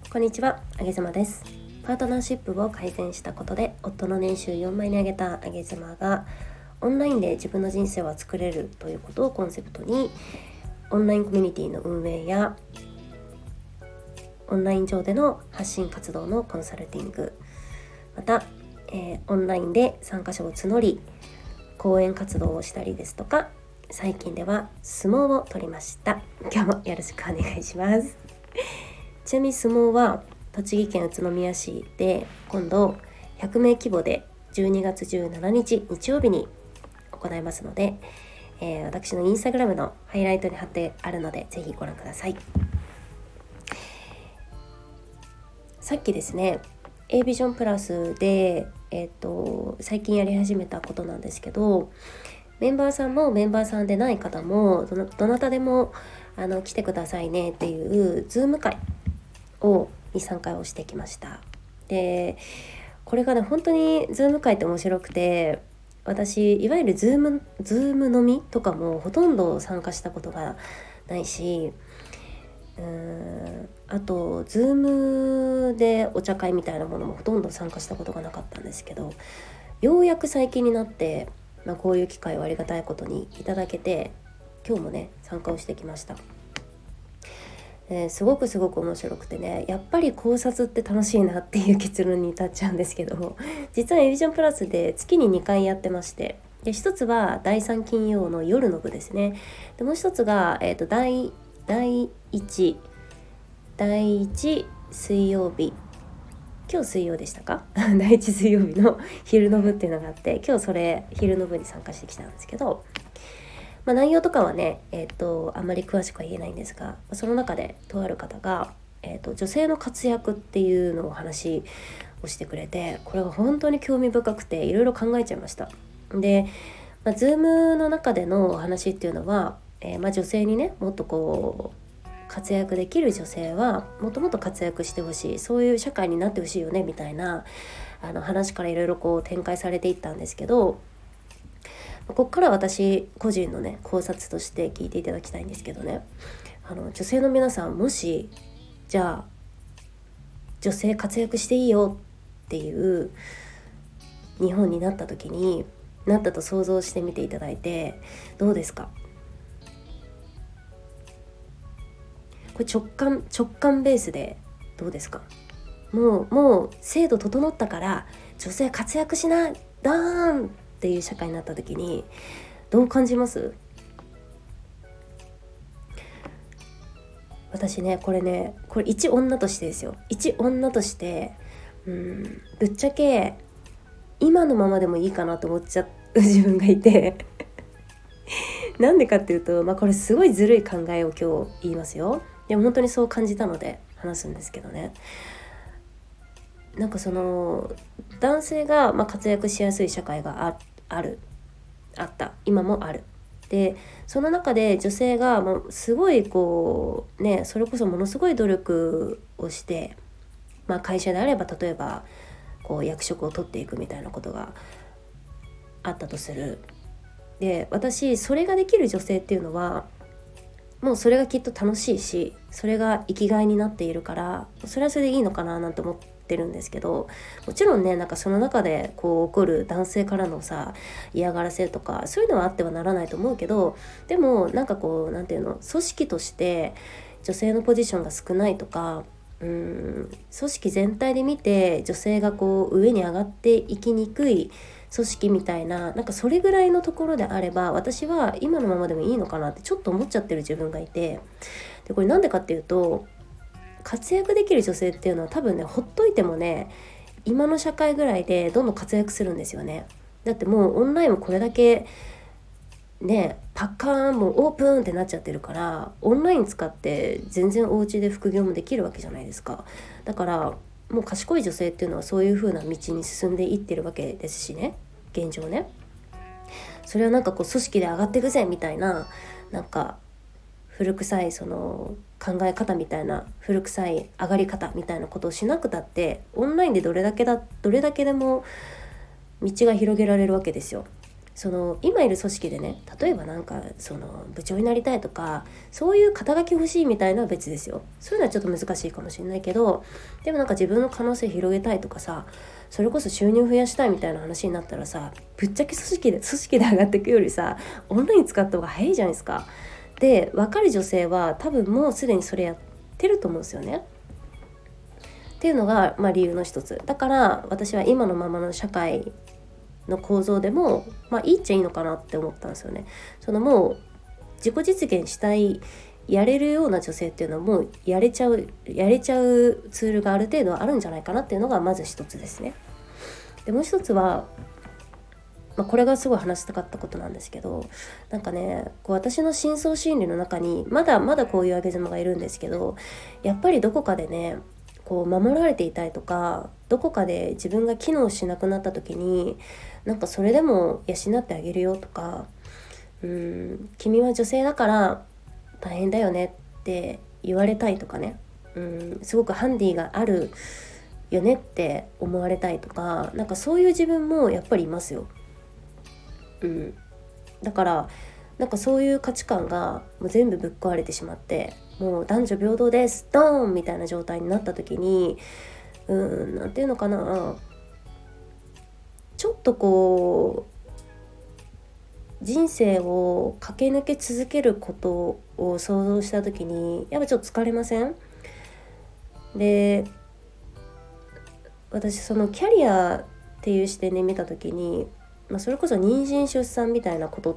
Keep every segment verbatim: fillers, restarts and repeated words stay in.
こんにちは、あげずまです。パートナーシップを改善したことで夫の年収よんばいに上げたあげずまがオンラインで自分の人生は作れるということをコンセプトにオンラインコミュニティの運営やオンライン上での発信活動のコンサルティング、また、えー、オンラインで参加者を募り講演活動をしたりですとか、最近では相撲を取りました。今日もよろしくお願いします。ちなみに相撲は栃木県宇都宮市で今度ひゃくめい規模でじゅうにがつじゅうしちにち日曜日に行いますので、えー、私のインスタグラムのハイライトに貼ってあるのでぜひご覧ください。さっきですね A ビジョンプラスで、えー、と最近やり始めたことなんですけど、メンバーさんもメンバーさんでない方も ど, どなたでもあの来てくださいねっていうズーム会をに参加をしてきました。でこれがね本当にズーム会って面白くて、私いわゆるズームズーム飲みとかもほとんど参加したことがないし、うーんあとズームでお茶会みたいなものもほとんど参加したことがなかったんですけど、ようやく最近になって、まあ、こういう機会をありがたいことにいただけて今日もね参加をしてきました。えー、すごくすごく面白くてね、やっぱり考察って楽しいなっていう結論に至っちゃうんですけど、実はエビジョンプラスで月ににかいやってまして、で一つはだいさん金曜の夜の部ですね。でもう一つが、えーと、第第1第1水曜日、今日水曜でしたかだいいち水曜日の昼の部っていうのがあって、今日それ昼の部に参加してきたんですけど、まあ、内容とかはね、えー、とあんまり詳しくは言えないんですが、その中でとある方が、えー、と女性の活躍っていうのを話をしてくれて、これが本当に興味深くていろいろ考えちゃいました。で、まあ、Zoom の中でのお話っていうのは、えーまあ、女性にねもっとこう活躍できる女性はもっともっと活躍してほしい、そういう社会になってほしいよねみたいなあの話からいろいろこう展開されていったんですけど、ここから私個人のね考察として聞いていただきたいんですけどね、あの女性の皆さん、もしじゃあ女性活躍していいよっていう日本になった時になったと想像してみていただいてどうですか？これ直感直感ベースでどうですか？もうもう制度整ったから女性活躍しなダーンっていう社会になった時にどう感じます？私ねこれねこれ一女としてですよ、一女としてうーんぶっちゃけ今のままでもいいかなと思っちゃう自分がいてなんでかっていうと、まあこれすごいずるい考えを今日言いますよ。でも本当にそう感じたので話すんですけどね、なんかその男性がまあ活躍しやすい社会が あ, あるあった今もある。でその中で女性がもうすごいこうね、それこそものすごい努力をして、まあ、会社であれば例えばこう役職を取っていくみたいなことがあったとする。で私それができる女性っていうのはもうそれがきっと楽しいし、それが生きがいになっているからそれはそれでいいのかななんて思ってるんですけど、もちろんねなんかその中でこう起こる男性からのさ嫌がらせとかそういうのはあってはならないと思うけど、でもなんかこうなんていうの、組織として女性のポジションが少ないとか、うーん組織全体で見て女性がこう上に上がっていきにくい組織みたいな、なんかそれぐらいのところであれば私は今のままでもいいのかなってちょっと思っちゃってる自分がいて、でこれなんでかっていうと、活躍できる女性っていうのは多分ねほっといてもね今の社会ぐらいでどんどん活躍するんですよね。だってもうオンラインもこれだけねパッカーンもうオープンってなっちゃってるから、オンライン使って全然お家で副業もできるわけじゃないですか。だからもう賢い女性っていうのはそういう風な道に進んでいってるわけですしね、現状ね。それはなんかこう組織で上がっていくぜみたいな、なんか古臭いその考え方みたいな、古臭い上がり方みたいなことをしなくたってオンラインでどれだけだどれだけでも道が広げられるわけですよ。 その今いる組織でね、例えばなんかその部長になりたいとか、そういう肩書き欲しいみたいなのは別ですよ。そういうのはちょっと難しいかもしれないけど、でもなんか自分の可能性広げたいとかさ、それこそ収入増やしたいみたいな話になったらさ、ぶっちゃけ組織で組織で上がっていくよりさ、オンライン使った方が早いじゃないですか。で、若い女性は多分もうすでにそれやってると思うんですよね。っていうのが、まあ、理由の一つだから、私は今のままの社会の構造でも、まあ、いいっちゃいいのかなって思ったんですよね。そのもう自己実現したい、やれるような女性っていうのはもうやれちゃうやれちゃうツールがある程度あるんじゃないかなっていうのがまず一つですね。でもう一つは、まあ、これがすごい話したかったことなんですけど、なんかね、こう私の深層心理の中にまだまだこういう上げ妻がいるんですけど、やっぱりどこかでね、こう守られていたいとか、どこかで自分が機能しなくなった時に、なんかそれでも養ってあげるよとか、うーん君は女性だから大変だよねって言われたいとかね、うんすごくハンディがあるよねって思われたいとか、なんかそういう自分もやっぱりいますよ。うん、だからなんかそういう価値観がもう全部ぶっ壊れてしまって、もう男女平等ですドーンみたいな状態になった時に、うーんなんていうのかな、ちょっとこう人生を駆け抜け続けることを想像した時に、やっぱちょっと疲れません？で、私そのキャリアっていう視点で見た時に、まあ、それこそ妊娠出産みたいなことって、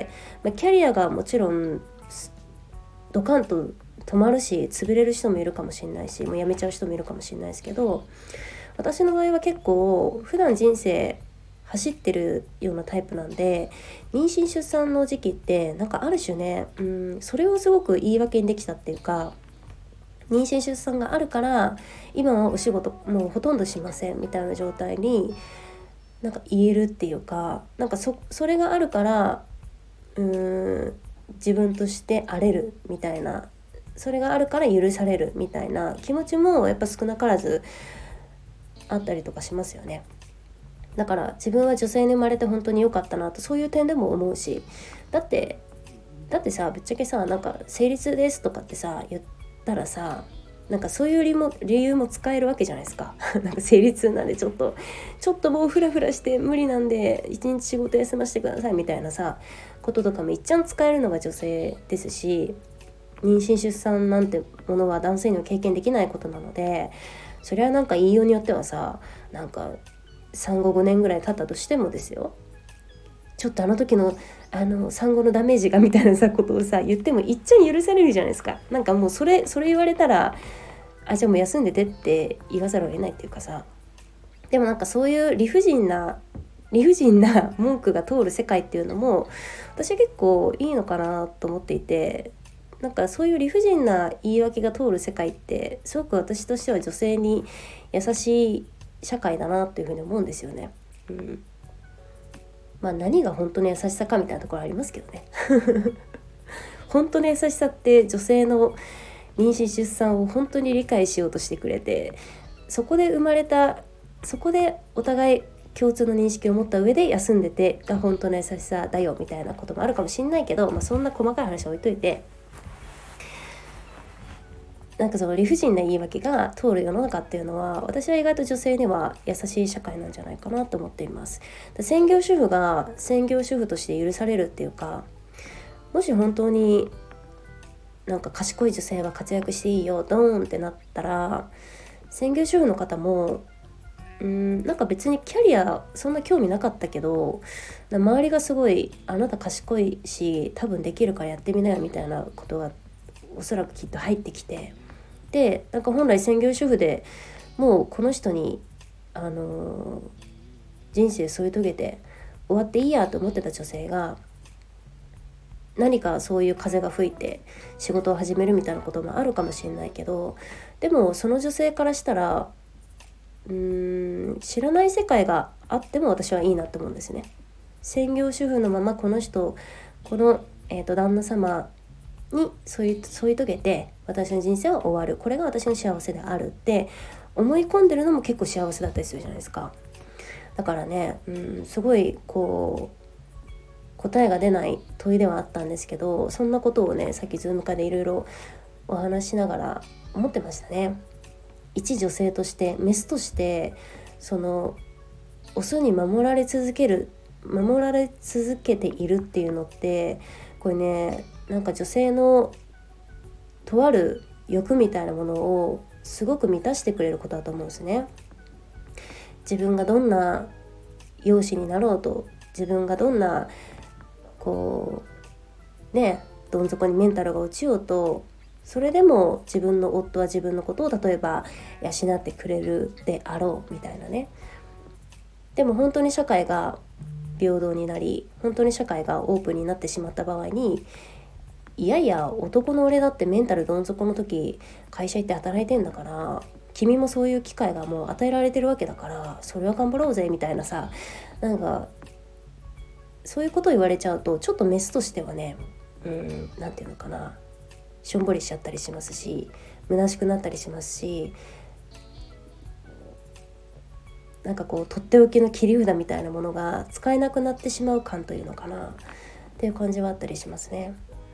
まあ、キャリアがもちろんドカンと止まるし、潰れる人もいるかもしれないし、もう辞めちゃう人もいるかもしれないですけど、私の場合は結構普段人生走ってるようなタイプなんで、妊娠出産の時期ってなんかある種ね、うん、それをすごく言い訳にできたっていうか、妊娠出産があるから今はお仕事もうほとんどしませんみたいな状態になんか言えるっていうか、なんか そ, それがあるからうーん自分として荒れるみたいな、それがあるから許されるみたいな気持ちもやっぱ少なからずあったりとかしますよね。だから自分は女性に生まれて本当に良かったなと、そういう点でも思うし、だってだってさ、ぶっちゃけさ、なんか生理痛ですとかってさ言ったらさ、なんかそういう理由も理由も使えるわけじゃないですか。なんか生理痛なんでちょっとちょっともうフラフラして無理なんで一日仕事休ませてくださいみたいなさこととかも一番使えるのが女性ですし、妊娠出産なんてものは男性には経験できないことなので、それはなんか言いようによってはさ、なんか産後ごねんぐらい経ったとしてもですよ、ちょっとあの時のあの産後のダメージがみたいなさことをさ言っても一応許されるじゃないですか。なんかもうそれそれ言われたら、あじゃあもう休んでてって言わざるを得ないっていうかさ、でもなんかそういう理不尽な理不尽な文句が通る世界っていうのも私は結構いいのかなと思っていて、なんかそういう理不尽な言い訳が通る世界ってすごく私としては女性に優しい社会だなというふうに思うんですよね。うん、まあ何が本当の優しさかみたいなところありますけどね。本当の優しさって女性の妊娠出産を本当に理解しようとしてくれて、そこで生まれたそこでお互い共通の認識を持った上で休んでてが本当の優しさだよみたいなこともあるかもしれないけど、まあ、そんな細かい話は置いといて、なんかその理不尽な言い訳が通る世の中っていうのは、私は意外と女性には優しい社会なんじゃないかなと思っています。専業主婦が専業主婦として許されるっていうか、もし本当になんか賢い女性は活躍していいよドーンってなったら、専業主婦の方もうーんなんか別にキャリアそんな興味なかったけど、周りがすごいあなた賢いし多分できるからやってみなよみたいなことがおそらくきっと入ってきて、でなんか本来専業主婦でもうこの人にあのー、人生添い遂げて終わっていいやと思ってた女性が何かそういう風が吹いて仕事を始めるみたいなこともあるかもしれないけど、でもその女性からしたらうーん知らない世界があっても私はいいなと思うんですね。専業主婦のままこの人この、えーと、旦那様に添い、添い遂げて私の人生は終わる、これが私の幸せであるって思い込んでるのも結構幸せだったりするじゃないですか。だからね、うん、すごいこ答えが出ない問いではあったんですけど、そんなことをねさっきズーム化でいろいろお話ししながら思ってましたね。一女性としてメスとしてそのオスに守られ続ける守られ続けているっていうのってこれねなんか女性のとある欲みたいなものをすごく満たしてくれることだと思うんですね。自分がどんな容姿になろうと、自分がどんなこうねどん底にメンタルが落ちようと、それでも自分の夫は自分のことを例えば養ってくれるであろうみたいなね。でも本当に社会が平等になり、本当に社会がオープンになってしまった場合に、いやいや男の俺だってメンタルどん底の時会社行って働いてんだから、君もそういう機会がもう与えられてるわけだから、それは頑張ろうぜみたいなさ、なんかそういうことを言われちゃうとちょっとメスとしてはね、うん、なんていうのかな、しょんぼりしちゃったりしますし、虚しくなったりしますし、なんかこうとっておきの切り札みたいなものが使えなくなってしまう感というのかなっていう感じはあったりしますね。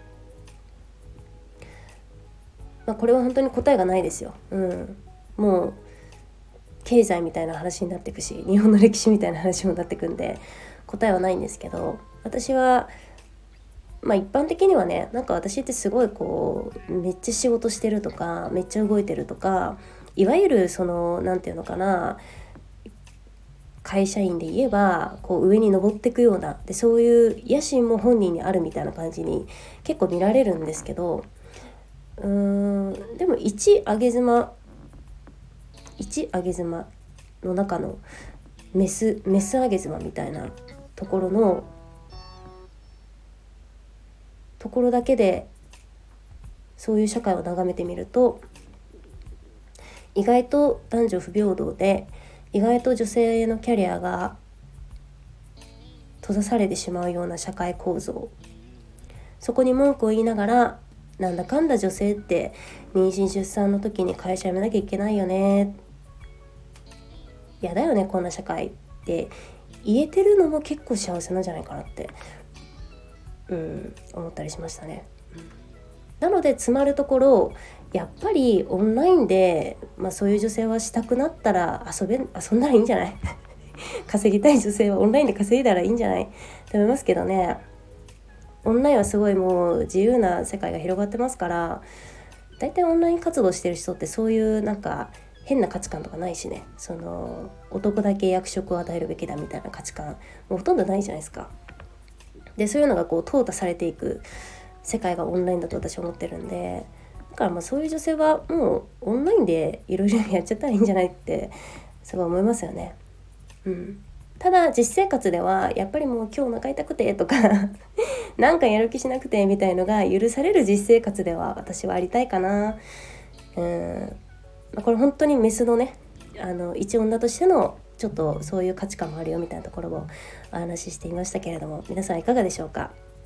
まあ、これは本当に答えがないですよ、うん、もう経済みたいな話になっていくし、日本の歴史みたいな話もなっていくんで答えはないんですけど、私はまあ一般的にはね、なんか私ってすごいこうめっちゃ仕事してるとかめっちゃ動いてるとか、いわゆるそのなんていうのかな、会社員で言えばこう上に登っていくようなで、そういう野心も本人にあるみたいな感じに結構見られるんですけど、うーんでも一上げ妻一上げ妻の中のメスメス上げ妻みたいなところのところだけでそういう社会を眺めてみると、意外と男女不平等で、意外と女性のキャリアが閉ざされてしまうような社会構造、そこに文句を言いながら、なんだかんだ女性って妊娠出産の時に会社辞めなきゃいけないよね、やだよねこんな社会って言えてるのも結構幸せなんじゃないかなって、うん、思ったりしましたね。なので詰まるところ、やっぱりオンラインで、まあ、そういう女性はしたくなったら遊べ遊んだらいいんじゃない稼ぎたい女性はオンラインで稼いだらいいんじゃないと思いますけどね。オンラインはすごいもう自由な世界が広がってますから、だいたいオンライン活動してる人ってそういうなんか変な価値観とかないしね、その男だけ役職を与えるべきだみたいな価値観もうほとんどないじゃないですか。でそういうのがこう淘汰されていく世界がオンラインだと私は思ってるんで、だからまあそういう女性はもうオンラインでいろいろやっちゃったらいいんじゃないってすごい思いますよね。うん、ただ実生活ではやっぱりもう今日お腹痛くてとかなんかやる気しなくてみたいのが許される実生活では私はありたいかな。うん、まあ、これ本当にメスのね、あの一女としてのちょっとそういう価値観もあるよみたいなところをお話ししていましたけれども、皆さんいかがでしょうか。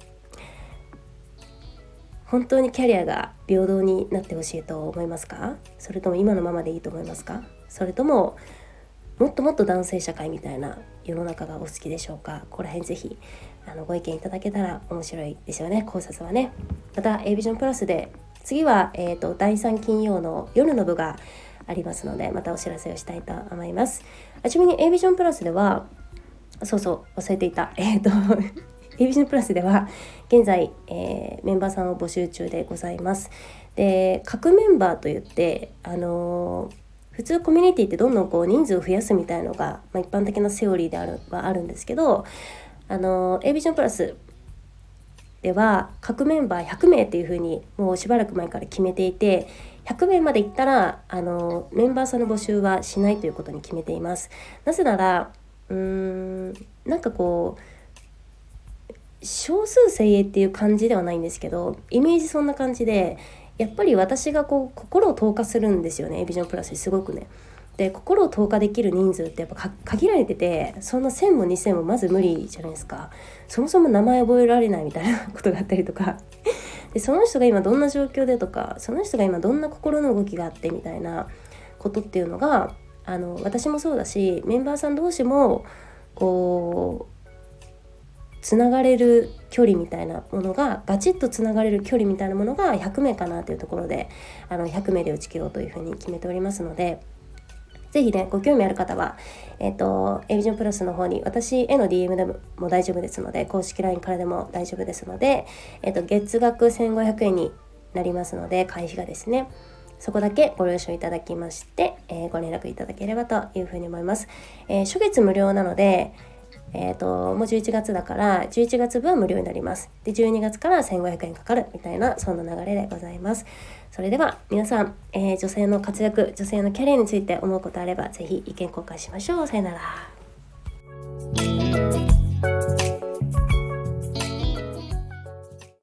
本当にキャリアが平等になってほしいと思いますか？それとも今のままでいいと思いますか？それとももっともっと男性社会みたいな世の中がお好きでしょうか？ここら辺ぜひあのご意見いただけたら面白いですよね、考察はね。また A ビジョンプラスで次は、えーと、だいさん金曜の夜の部がありますので、またお知らせをしたいと思います。あちなみに A ビジョンプラスでは、そうそう忘れていた、えっ、ー、とA ビジョンプラスでは現在、えー、メンバーさんを募集中でございます。で、各メンバーといって、あのー、普通コミュニティってどんどんこう人数を増やすみたいのが、まあ、一般的なセオリーであるはあるんですけど、あのー、A ビジョンプラスでは各メンバーひゃくめいっていう風にもうしばらく前から決めていて、ひゃくめいまでいったらあのメンバーさんの募集はしないということに決めています。なぜならうーんなんかこう少数精鋭っていう感じではないんですけど、イメージそんな感じで、やっぱり私がこう心を投下するんですよね、エビジョンプラスにすごくね。で、心を投下できる人数ってやっぱ限られてて、そんなせんもにせんもまず無理じゃないですか。そもそも名前覚えられないみたいなことがあったりとかで、その人が今どんな状況でとか、その人が今どんな心の動きがあってみたいなことっていうのが、あの私もそうだし、メンバーさん同士もこうつながれる距離みたいなものがガチッとつながれる距離みたいなものがひゃくめいかなというところで、あのひゃくめいで打ち切ろうというふうに決めておりますので、ぜひね、ご興味ある方は、えっと、エビジョンプラスの方に私への ディーエム でも大丈夫ですので、公式 ライン からでも大丈夫ですので、えっと、月額せんごひゃくえんになりますので、会費がですね、そこだけご了承いただきまして、えー、ご連絡いただければというふうに思います。えー、初月無料なので、えーと、もうじゅういちがつだからじゅういちがつぶんは無料になります。で、じゅうにがつからせんごひゃくえんかかるみたいな、そんな流れでございます。それでは皆さん、えー、女性の活躍、女性のキャリアについて思うことあれば、ぜひ意見交換しましょう。さよなら。